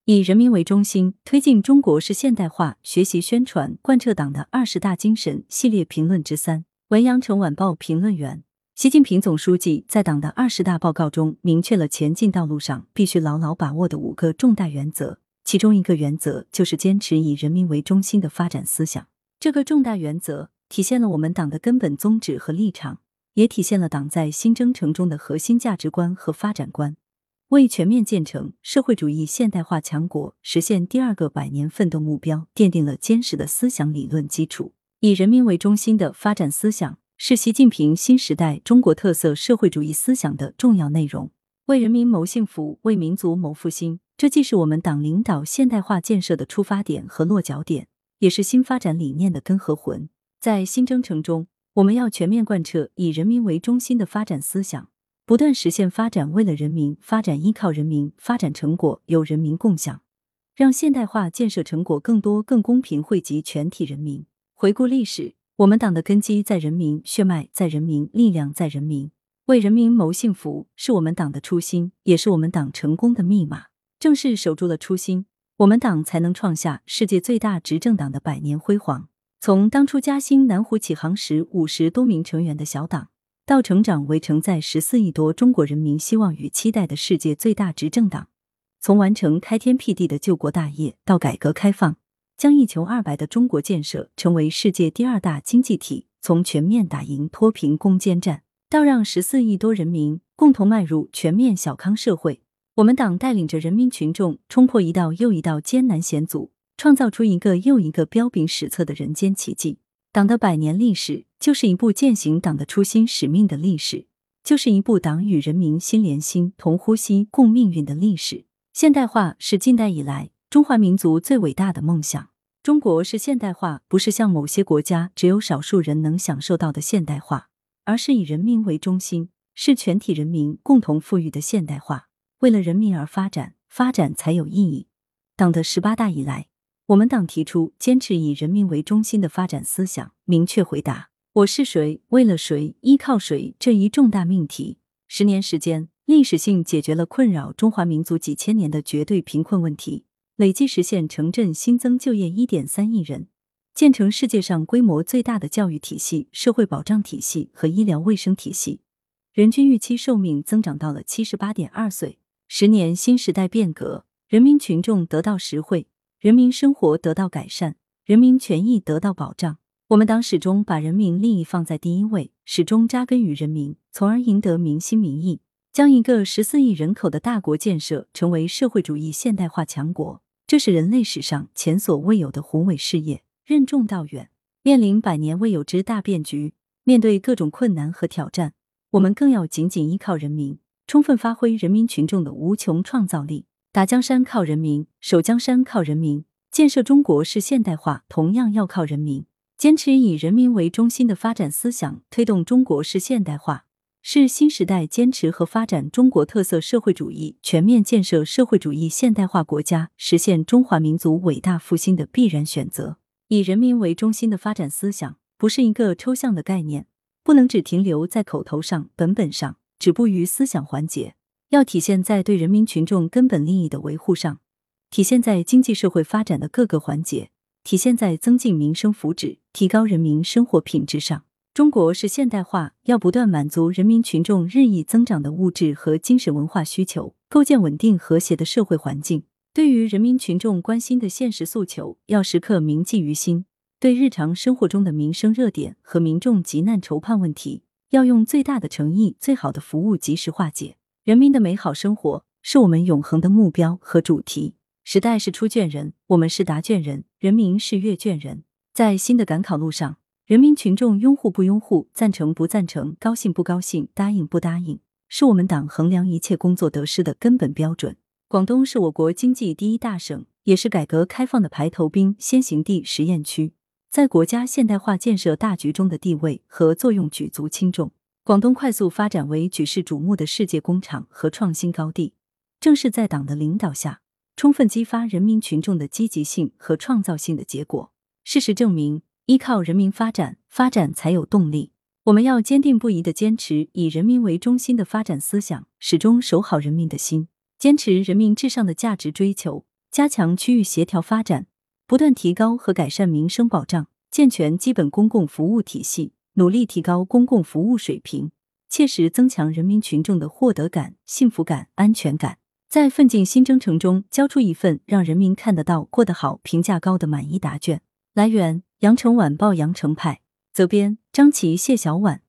以人民为中心，推进中国式现代化学习宣传贯彻党的20大精神系列评论之3。文阳城晚报评论员：习近平总书记在党的20大报告中明确了前进道路上必须牢牢把握的5个重大原则，其中一个原则就是坚持以人民为中心的发展思想。这个重大原则体现了我们党的根本宗旨和立场，也体现了党在新征程中的核心价值观和发展观，为全面建成社会主义现代化强国、实现第2个百年奋斗目标奠定了坚实的思想理论基础。以人民为中心的发展思想是习近平新时代中国特色社会主义思想的重要内容。为人民谋幸福，为民族谋复兴，这既是我们党领导现代化建设的出发点和落脚点，也是新发展理念的根和魂。在新征程中，我们要全面贯彻以人民为中心的发展思想，不断实现发展为了人民，发展依靠人民，发展成果由人民共享，让现代化建设成果更多更公平惠及全体人民。回顾历史，我们党的根基在人民，血脉在人民，力量在人民。为人民谋幸福是我们党的初心，也是我们党成功的密码。正是守住了初心，我们党才能创下世界最大执政党的100年辉煌。从当初嘉兴南湖起航时50多名成员的小党，到成长为承载14亿多中国人民希望与期待的世界最大执政党，从完成开天辟地的救国大业，到改革开放，将一穷二白的中国建设成为世界第2大经济体，从全面打赢脱贫攻坚战，到让14亿多人民共同迈入全面小康社会，我们党带领着人民群众冲破一道又一道艰难险阻，创造出一个又一个彪炳史册的人间奇迹。党的100年历史就是一部践行党的初心使命的历史，就是一部党与人民心连心、同呼吸、共命运的历史。现代化是近代以来中华民族最伟大的梦想。中国式现代化不是像某些国家只有少数人能享受到的现代化，而是以人民为中心，是全体人民共同富裕的现代化。为了人民而发展，发展才有意义。党的18大以来，我们党提出坚持以人民为中心的发展思想，明确回答我是谁、为了谁、依靠谁这一重大命题。10年时间，历史性解决了困扰中华民族几千年的绝对贫困问题，累计实现城镇新增就业 1.3 亿人，建成世界上规模最大的教育体系、社会保障体系和医疗卫生体系，人均预期寿命增长到了 78.2 岁。10年新时代变革，人民群众得到实惠，人民生活得到改善，人民权益得到保障。我们党始终把人民利益放在第一位，始终扎根于人民，从而赢得民心民意，将一个14亿人口的大国建设成为社会主义现代化强国。这是人类史上前所未有的宏伟事业，任重道远。面临100年未有之大变局，面对各种困难和挑战，我们更要紧紧依靠人民，充分发挥人民群众的无穷创造力。打江山靠人民，守江山靠人民，建设中国式现代化同样要靠人民。坚持以人民为中心的发展思想，推动中国式现代化，是新时代坚持和发展中国特色社会主义、全面建设社会主义现代化国家、实现中华民族伟大复兴的必然选择。以人民为中心的发展思想不是一个抽象的概念，不能只停留在口头上、本本上，止步于思想环节，要体现在对人民群众根本利益的维护上，体现在经济社会发展的各个环节，体现在增进民生福祉、提高人民生活品质上。中国式现代化要不断满足人民群众日益增长的物质和精神文化需求，构建稳定和谐的社会环境。对于人民群众关心的现实诉求，要时刻铭记于心；对日常生活中的民生热点和民众急难愁盼问题，要用最大的诚意、最好的服务及时化解。人民的美好生活是我们永恒的目标和主题。时代是出卷人，我们是答卷人，人民是阅卷人。在新的赶考路上，人民群众拥护不拥护、赞成不赞成、高兴不高兴、答应不答应，是我们党衡量一切工作得失的根本标准。广东是我国经济第1大省，也是改革开放的排头兵、先行地、实验区，在国家现代化建设大局中的地位和作用举足轻重。广东快速发展为举世瞩目的世界工厂和创新高地，正是在党的领导下，充分激发人民群众的积极性和创造性的结果。事实证明，依靠人民发展，发展才有动力。我们要坚定不移地坚持以人民为中心的发展思想，始终守好人民的心，坚持人民至上的价值追求， 加强区域协调发展，不断提高和改善民生保障，健全基本公共服务体系，努力提高公共服务水平，切实增强人民群众的获得感、幸福感、安全感，在奋进新征程中交出一份让人民看得到、过得好、评价高的满意答卷。来源：羊城晚报羊城派，责编：张琪、谢小婉。